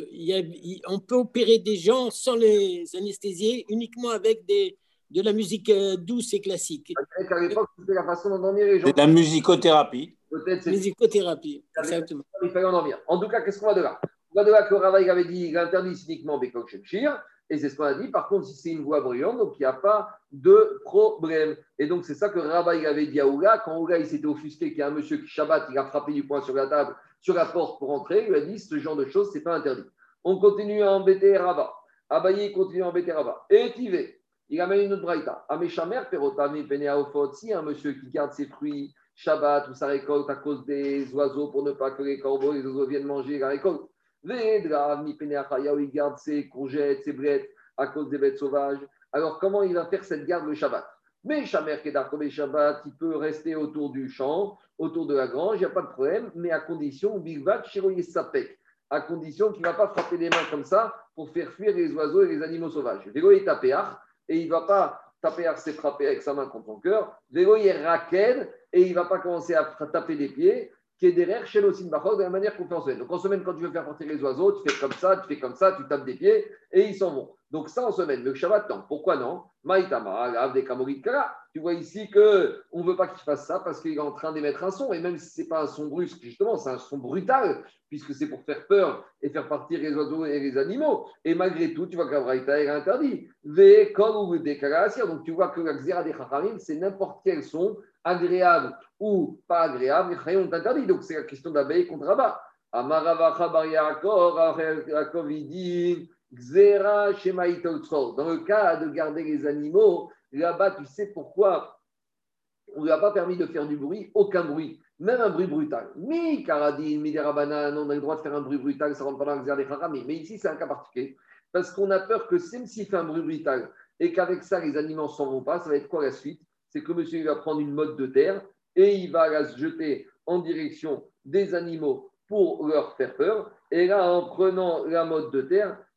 qu'on peut opérer des gens sans les anesthésier, uniquement avec des, de la musique douce et classique. À l'époque, c'était la façon d'endormir les gens. C'est de la musicothérapie. Peut-être c'est musicothérapie, exactement. Il fallait endormir. En tout cas, qu'est-ce qu'on va de là? On va de là que Rava avait dit il interdit uniquement Bekok Shemshir, et c'est ce qu'on a dit. Par contre, si c'est une voix bruyante, donc il n'y a pas de problème. Et donc, c'est ça que Rava avait dit à Ouga. Quand Ouga il s'était offusqué qu'il y a un monsieur qui Shabbat, il a frappé du poing sur la table, sur la porte pour entrer, il lui a dit ce genre de choses, ce n'est pas interdit. On continue à embêter Rava. Abaye continue à embêter Rava. Et Tivé, il amène une autre braïta. Ameshamer, Perotami, Peneaofot, si un monsieur qui garde ses fruits Shabbat ou sa récolte à cause des oiseaux pour ne pas que les corbeaux, les oiseaux viennent manger la récolte. Vedra, mi Peneachaya, où il garde ses courgettes, ses blettes à cause des bêtes sauvages. Alors, comment il va faire cette garde le Shabbat? Mais Shamer Kedar Kobe Shabbat, il peut rester autour du champ, autour de la grange, il n'y a pas de problème, mais à condition, Bigvat, Shiroye Sapek, à condition qu'il ne va pas frapper les mains comme ça pour faire fuir les oiseaux et les animaux sauvages. Vélo est tapéar, et il ne va pas tapéar, c'est frapper avec sa main contre son cœur. Vélo est raquette, et il ne va pas commencer à taper des pieds, qui est derrière chez l'Osin Bachor, de la manière qu'on fait en semaine. Donc en semaine, quand tu veux faire partir les oiseaux, tu fais comme ça, tu fais comme ça, tu tapes des pieds, et ils s'en vont. Donc ça en semaine. Le Shabbat, non. Pourquoi non? Maïtama, des Kamorit Kara. Tu vois ici qu'on ne veut pas qu'il fasse ça parce qu'il est en train d'émettre un son. Et même si ce n'est pas un son brusque, justement, c'est un son brutal, puisque c'est pour faire peur et faire partir les oiseaux et les animaux. Et malgré tout, tu vois que la Braïta est interdit. Ve Kol ou des Karassir. Donc tu vois que la Xéra des Chachamim, c'est n'importe quel son, agréable ou pas agréable. Les Chachamim ont interdit. Donc c'est la question d'abeille contre Rabat. Amarava Chabar Yaakov, Yaakov il dit. Xera Shema Itotzor. Dans le cas de garder les animaux, là-bas, tu sais pourquoi on ne lui a pas permis de faire du bruit, aucun bruit, même un bruit brutal. Mi Karadin, mi Derabanan, on a le droit de faire un bruit brutal, ça rentre pas dans le Xera des Chachamim. Mais ici, c'est un cas particulier, parce qu'on a peur que même s'il fait un bruit brutal et qu'avec ça, les animaux ne s'en vont pas, ça va être quoi la suite? C'est que le monsieur il va prendre une motte de terre et il va la jeter en direction des animaux pour leur faire peur. Et là, en prenant la motte de terre,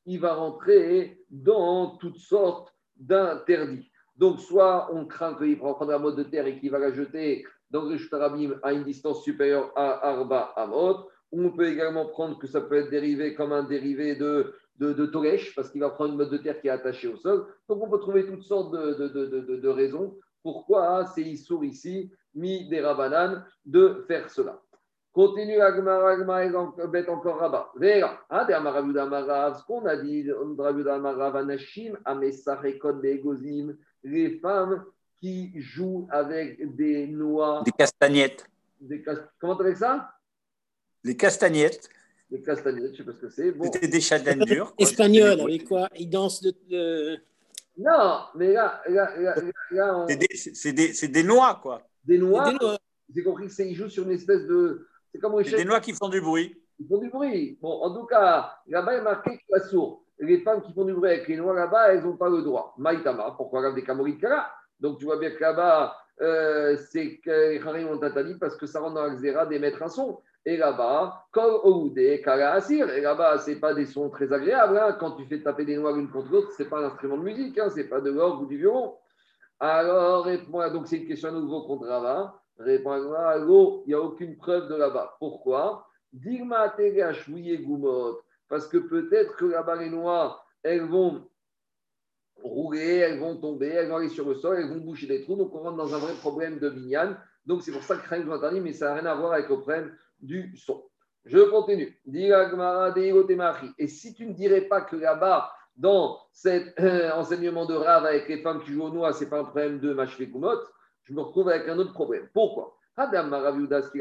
il va rentrer dans toutes sortes d'interdits. Donc, soit on craint qu'il va prendre la mode de terre et qu'il va la jeter dans le Shtarabim à une distance supérieure à Arba Amot, ou on peut également prendre que ça peut être dérivé comme un dérivé de, de, de Toresh, parce qu'il va prendre une mode de terre qui est attachée au sol. Donc, on peut trouver toutes sortes de, de, de, de, de raisons pourquoi c'est Issour ici, mi des Rabanan, de faire cela. Continue Agmara, Agmara, bête encore Rabat. Vera, hein, de Amaravuda Amarav, ce qu'on a dit, Amaravuda Amarav, Anashim, Amesarekot, Begozim, les femmes qui jouent avec des noix. Des castagnettes. Des cast... Comment tu avec ça? Les castagnettes. Les castagnettes, je ne sais pas ce que c'est. Bon. C'était des châtaignes dures. Espagnol, avec quoi? Ils dansent de. de... Non, mais là, là, là, là on... c'est, des, c'est, des, c'est des noix, quoi. Des noix. Des noix. J'ai compris que c'est, ils jouent sur une espèce de. C'est comme c'est des noix qui font du bruit. Ils font du bruit. Bon, en tout cas, là-bas, il est marqué que la sourd. Les femmes qui font du bruit avec les noix là-bas, elles n'ont pas le droit. Maïtama, pourquoi regarde des Kamorit Kala? Donc tu vois bien que là-bas, euh, c'est que les Harim ont interdit parce que ça rentre dans l'Axéra d'émettre un son. Et là-bas, Kol Oudé, Kala Asir. Et là-bas, ce n'est pas des sons très agréables. Hein. Quand tu fais taper des noix l'une contre l'autre, ce n'est pas un instrument de musique, hein. Ce n'est pas de l'orgue ou du violon. Alors, réponds, donc c'est une question à nouveau contre Rava. Réponds à l'eau, il n'y a aucune preuve de là-bas. Pourquoi? Digma Tegash Gumot. Parce que peut-être que là-bas, les noix, elles vont rouler, elles vont tomber, elles vont aller sur le sol, elles vont boucher des trous. Donc, on rentre dans un vrai problème de binyan. Donc, c'est pour ça que Khaïm sont interdits, mais ça n'a rien à voir avec le problème du son. Je continue. Et si tu ne dirais pas que là-bas, dans cet euh, enseignement de Rav avec les femmes qui jouent aux noix, ce n'est pas un problème de machvé kumot, je me retrouve avec un autre problème. Pourquoi? Alors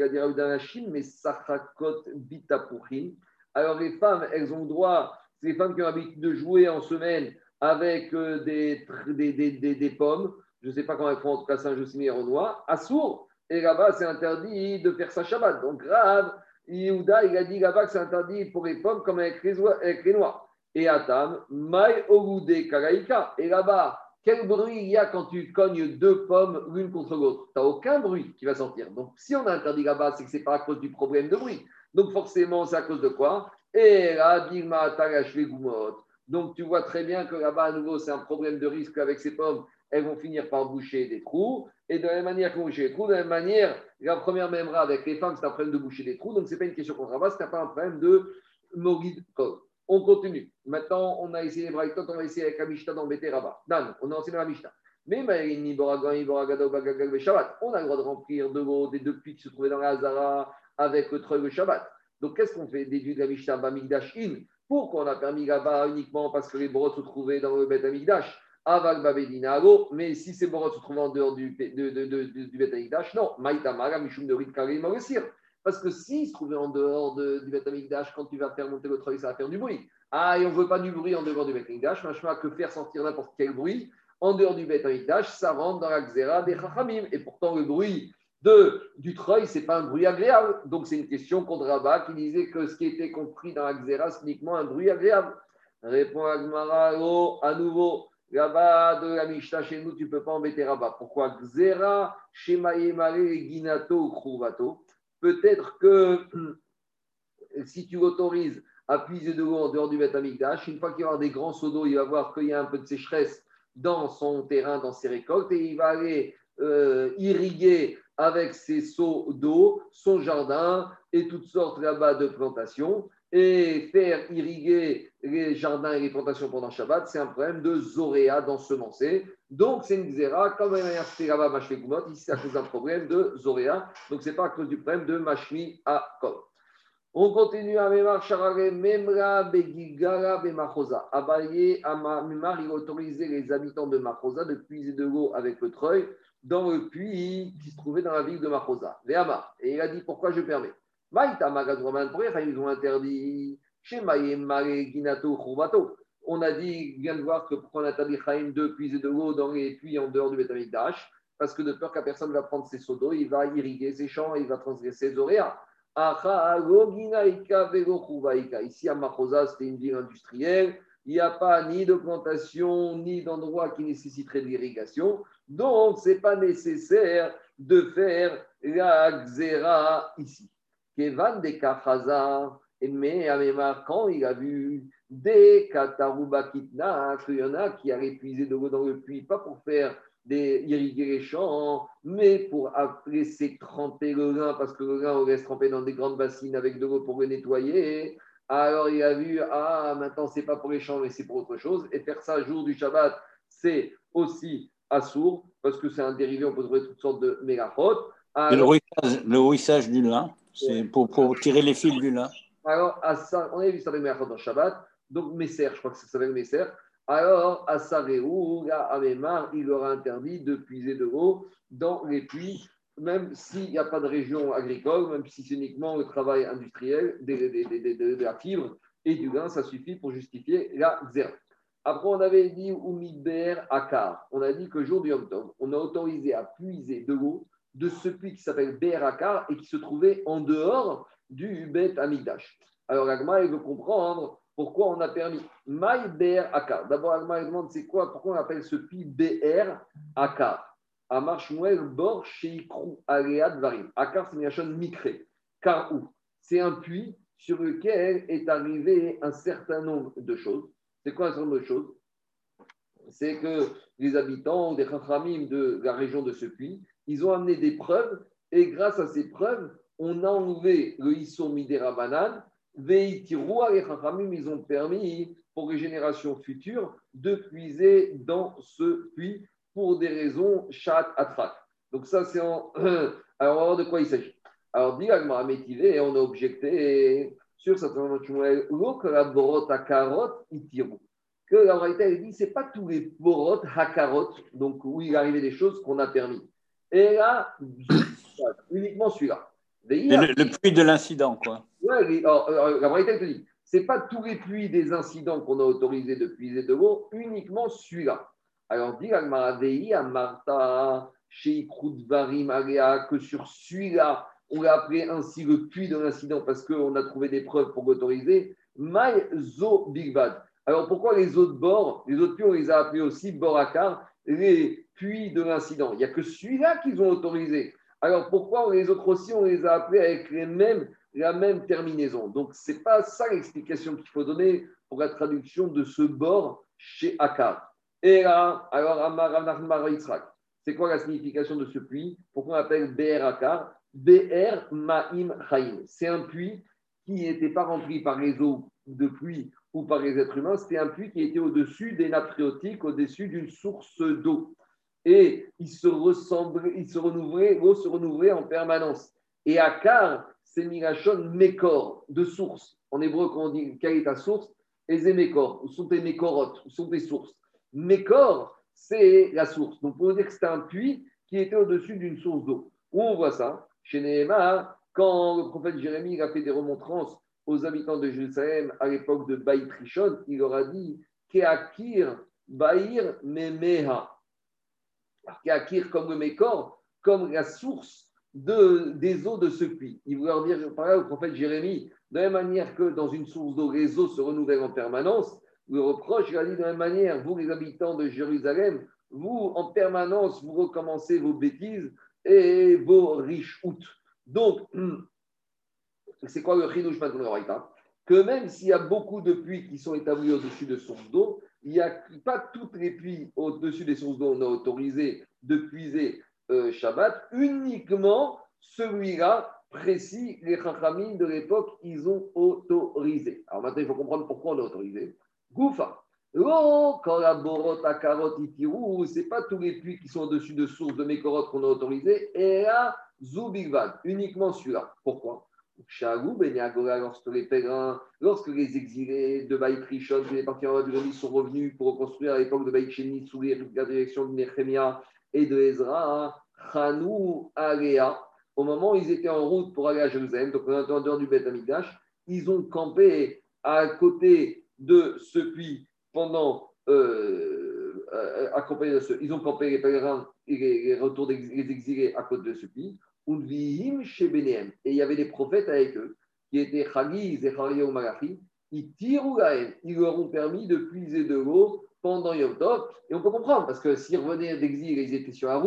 les femmes, elles ont le droit, c'est les femmes qui ont l'habitude de jouer en semaine avec euh, des, des, des, des, des pommes, je ne sais pas comment elles font, en tout cas c'est un jeu similaire aux noix, à sourd, et là-bas c'est interdit de faire ça Shabbat. Donc Rav, Yehuda, il a dit là-bas que c'est interdit pour les pommes comme avec les, avec les noix. Et Atam, Mai Ogude Karaïka. Et là-bas, quel bruit il y a quand tu cognes deux pommes l'une contre l'autre? Tu n'as aucun bruit qui va sortir. Donc, si on a interdit là-bas, c'est que ce n'est pas à cause du problème de bruit. Donc, forcément, c'est à cause de quoi? Et là, Digma Tagashve Gumot. Donc, tu vois très bien que là-bas, à nouveau, c'est un problème de risque avec ces pommes. Elles vont finir par boucher des trous. Et de la même manière qu'on boucher des trous, de la même manière, la première memra avec les femmes, c'est un problème de boucher des trous. Donc, ce n'est pas une question contre Rabat, ce n'est pas un problème de Mogid Kol. On continue. Maintenant, on a essayé les Braïtot, on va essayer avec la Mishnah d'embêter Rabat. Non, on a enseigné la Mishnah. Mais on a le droit de remplir de l'eau des deux puits qui se trouvaient dans la Hazara avec le treuil le Shabbat. Donc, qu'est-ce qu'on fait déduire de la Mishnah Bamigdash In? Pourquoi on a permis là-bas uniquement parce que les brottes se trouvaient dans le Bet Amigdash? Aval Babedinago, mais si ces brottes se trouvaient en dehors du, de, de, de, de, du Bet Amigdash, non. Maïtamara, Mishum de Rit Karim Maresir. Parce que s'il se trouvait en dehors de, du Beth Amikdash, quand tu vas faire monter le treuil, ça va faire du bruit. Ah, et on ne veut pas du bruit en dehors du Beth Amikdash, machin, que faire sortir n'importe quel bruit en dehors du Beth Amikdash, ça rentre dans la Xéra des Chachamim. Et pourtant, le bruit de, du treuil, ce n'est pas un bruit agréable. Donc, c'est une question contre Rabat qui disait que ce qui était compris dans la Xéra, c'est uniquement un bruit agréable. Répond Agmara, oh, à nouveau. Là-bas de la Mishnah, chez nous, tu ne peux pas embêter Rabat. Pourquoi? Xéra, Shemaïemare, Ginato, Kruvato. Peut-être que si tu l'autorises à puiser de l'eau en dehors du Beth Amikdash, une fois qu'il va y avoir des grands seaux d'eau, il va voir qu'il y a un peu de sécheresse dans son terrain, dans ses récoltes, et il va aller euh, irriguer avec ses seaux d'eau son jardin et toutes sortes là-bas de plantations. Et faire irriguer les jardins et les plantations pendant Shabbat, c'est un problème de zoréa d'ensemencer. Donc, c'est une xéra, comme c'était là-bas, Mashmi Kumot, ici, c'est à cause d'un problème de zoréa. Donc, ce n'est pas à cause du problème de Mashmi à Kol. On continue à Memar Sharare, Memra, Begigara, Bemachosa. Abaye, Memar, il a autorisé les habitants de Machosa de puiser de l'eau avec le treuil dans le puits qui se trouvait dans la ville de Machosa. Veama. Et il a dit pourquoi je permets. Maïta Magadroman, pour ils ont interdit chez Maïm, Mare, Ginato, Khoubato. On a dit, vient de voir que pourquoi on interdit Chaim de puiser de l'eau dans les puits en dehors du Beth Amikdash, parce que de peur qu'à personne va prendre ses seaux d'eau, il va irriguer ses champs, il va transgresser ses oréas. Ici à Machosa, c'était une ville industrielle, il n'y a pas ni de plantation, ni d'endroit qui nécessiterait de l'irrigation, donc ce n'est pas nécessaire de faire la xéra ici. Kevan de Kachaza, Mais Amémar, quand il a vu des Kataruba Kitna, qu'il y en a qui allaient puiser de l'eau dans le puits, pas pour faire des, irriguer les champs, mais pour laisser tremper le lin, parce que le lin, on laisse tremper dans des grandes bassines avec de l'eau pour le nettoyer. Alors il a vu, ah, maintenant c'est pas pour les champs, mais c'est pour autre chose. Et faire ça jour du Shabbat, c'est aussi assourd, parce que c'est un dérivé, on peut trouver toutes sortes de mégachot. Et le rouissage, le rouissage du lin, c'est pour, pour tirer les fils du lin. Alors, à ça, on avait vu ça avec Mérachot dans Shabbat, donc Messer, je crois que ça s'appelle Messer. Alors, à Sarérou, à Amémar, il leur a interdit de puiser de l'eau dans les puits, même s'il n'y a pas de région agricole, même si c'est uniquement le travail industriel de, de, de, de, de la fibre et du lin, ça suffit pour justifier la zéro. Après, on avait dit Oumiber Akar. On a dit que jour du Yom Tov, on a autorisé à puiser de l'eau de ce puits qui s'appelle Ber Akar et qui se trouvait en dehors du Bet Amigdash. Alors, Agma, il veut comprendre pourquoi on a permis Maï Ber Akar. D'abord, Agma, il demande c'est quoi, pourquoi on appelle ce puits Ber Akar. Amar Shmuel Bor Sheikrou Alead Varim. Akar, c'est une chation Mikré. Car où c'est un puits sur lequel est arrivé un certain nombre de choses. C'est quoi un certain nombre de choses? C'est que les habitants des Chachamim de la région de ce puits, ils ont amené des preuves et grâce à ces preuves, on a enlevé le Issur Midera Banan, Veitirou les Chachamim, ils ont permis pour les générations futures de puiser dans ce puits pour des raisons Shat Atrak. Donc ça, c'est en... Alors, on va voir de quoi il s'agit. Alors, dit Agmara Métivé, et on a objecté sur certains Shmuel, l'eau que la borot à carotte, il tire. Que la réalité, elle dit, ce n'est pas tous les borot à carotte, donc où il arrivait des choses qu'on a permis. Et là, uniquement celui-là. Le, le puits de l'incident, quoi. Ouais, alors, alors, la réalité, elle te dit, ce n'est pas tous les puits des incidents qu'on a autorisé de puiser de l'eau, uniquement celui-là. Alors, dit Agmara Dei à Martha, chez Varim Alea, que sur celui-là, on l'a appelé ainsi le puits de l'incident parce qu'on a trouvé des preuves pour l'autoriser. Maï Zo Bigbad. Alors pourquoi les autres bords, les autres puits, on les a appelés aussi Borakar, les puits de l'incident? Il n'y a que celui-là qu'ils ont autorisé. Alors pourquoi les autres aussi, on les a appelés avec les mêmes, la même terminaison? Donc ce n'est pas ça l'explication qu'il faut donner pour la traduction de ce bord chez Akar. Et là, alors Amar Nachman Yitzhak, c'est quoi la signification de ce puits? Pourquoi on appelle Be'er Akar? Be'er Ma'im Chaim. C'est un puits qui n'était pas rempli par les eaux de pluie ou par les êtres humains, c'était un puits qui était au-dessus des nappes phréatiques, au-dessus d'une source d'eau. Et il se ressemblait, il se renouvelait, l'eau se renouvelait en permanence. Et Akar, c'est Milachon Mekor, de source. En hébreu, quand on dit quelle est ta source, Eze Mekor, où sont tes Mekorot, où sont tes sources. Mekor, c'est la source. Donc, pour dire que c'était un puits qui était au-dessus d'une source d'eau. Où on voit ça? Chez Néhéma, quand le prophète Jérémie a fait des remontrances aux habitants de Jérusalem à l'époque de Baït Rishon, il leur a dit Keakir Baïr Memeha. Keakir comme le Mékor, comme la source de, des eaux de ce puits. Il voulait leur dire par là au prophète Jérémie, de la même manière que dans une source d'eau, les eaux se renouvellent en permanence, le reproche, il a dit de la même manière, vous les habitants de Jérusalem, vous en permanence, vous recommencez vos bêtises et vos riches out. Donc, c'est quoi le chidouche maintenant de Raïta? Que même s'il y a beaucoup de puits qui sont établis au-dessus de sources d'eau, il n'y a pas toutes les puits au-dessus des sources d'eau, on a autorisé de puiser euh, Shabbat, uniquement celui-là précis, les Chachamim de l'époque, ils ont autorisé. Alors maintenant, il faut comprendre pourquoi on a autorisé. Goufa. Oh, quand la borote à carotte itirou, ce n'est pas tous les puits qui sont au-dessus de sources de Mékorot qu'on a autorisé, et là, Zoubigvad, uniquement celui-là. Pourquoi? Lorsque les pèlerins, lorsque les exilés de Baït Rishon, qui est parti en Babylonie, sont revenus pour reconstruire à l'époque de Baït Sheni sous la direction de Nehemia et de Ezra, Chanou Alea, au moment où ils étaient en route pour aller à Jérusalem, donc en dehors du Beth Amikdash, ils ont campé à côté de ce puits pendant, euh, accompagné de ce, ils ont campé les pèlerins et les, les retours des les exilés à côté de ce puits. Et il y avait des prophètes avec eux, qui étaient Chagi, Zecharia ou Malachi, ils tirent ils leur ont permis de puiser de l'eau pendant Yom Tov. Et on peut comprendre, parce que s'ils revenaient d'exil et ils étaient sur la route,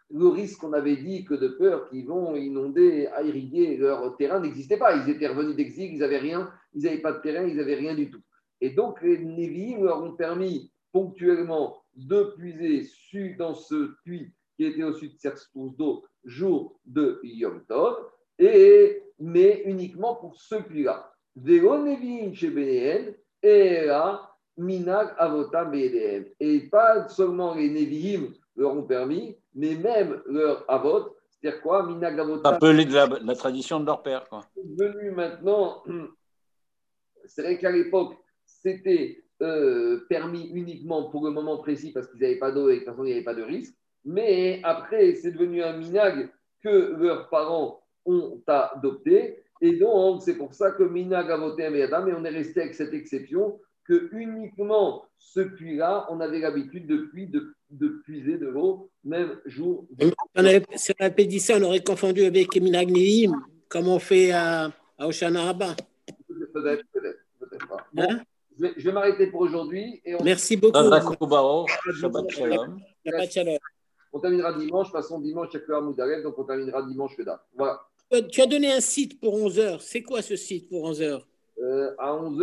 le risque qu'on avait dit que de peur qu'ils vont inonder, à irriguer leur terrain n'existait pas. Ils étaient revenus d'exil, ils n'avaient rien, ils n'avaient pas de terrain, ils n'avaient rien du tout. Et donc, les Névi'im leur ont permis ponctuellement de puiser dans ce puits qui était au-dessus de cette source d'eau, jour de Yom Tov, et, mais uniquement pour ce puits-là. Vélo Nevi'im chez Bénéen, et là, Minag Avotam Bénéen. Et pas seulement les Nevi'im leur ont permis, mais même leur Avot, c'est-à-dire quoi, Minag Avotam. Appelé de la, la tradition de leur père, quoi. Venu maintenant, c'est vrai qu'à l'époque, c'était euh, permis uniquement pour le moment précis parce qu'ils n'avaient pas d'eau et de toute façon, il n'y avait pas de risque. Mais après, c'est devenu un minag que leurs parents ont adopté. Et donc, c'est pour ça que minag a voté un Adam et on est resté avec cette exception que uniquement ce puits-là, on avait l'habitude depuis de, de puiser de l'eau, même jour. On avait, si on avait dit ça, on aurait confondu avec minag Nevi'im, comme on fait à, à Hoshana Rabbah. Peut-être, peut-être, peut-être pas. Bon, hein? je vais, je vais m'arrêter pour aujourd'hui. Et on... Merci beaucoup. Shabbat shalom. Shabbat shalom. On terminera dimanche. De toute façon, dimanche, c'est que Hamoud Aleph, donc on terminera dimanche que date. Voilà. Tu as donné un site pour onze heures. C'est quoi ce site pour onze heures? euh, À onze heures.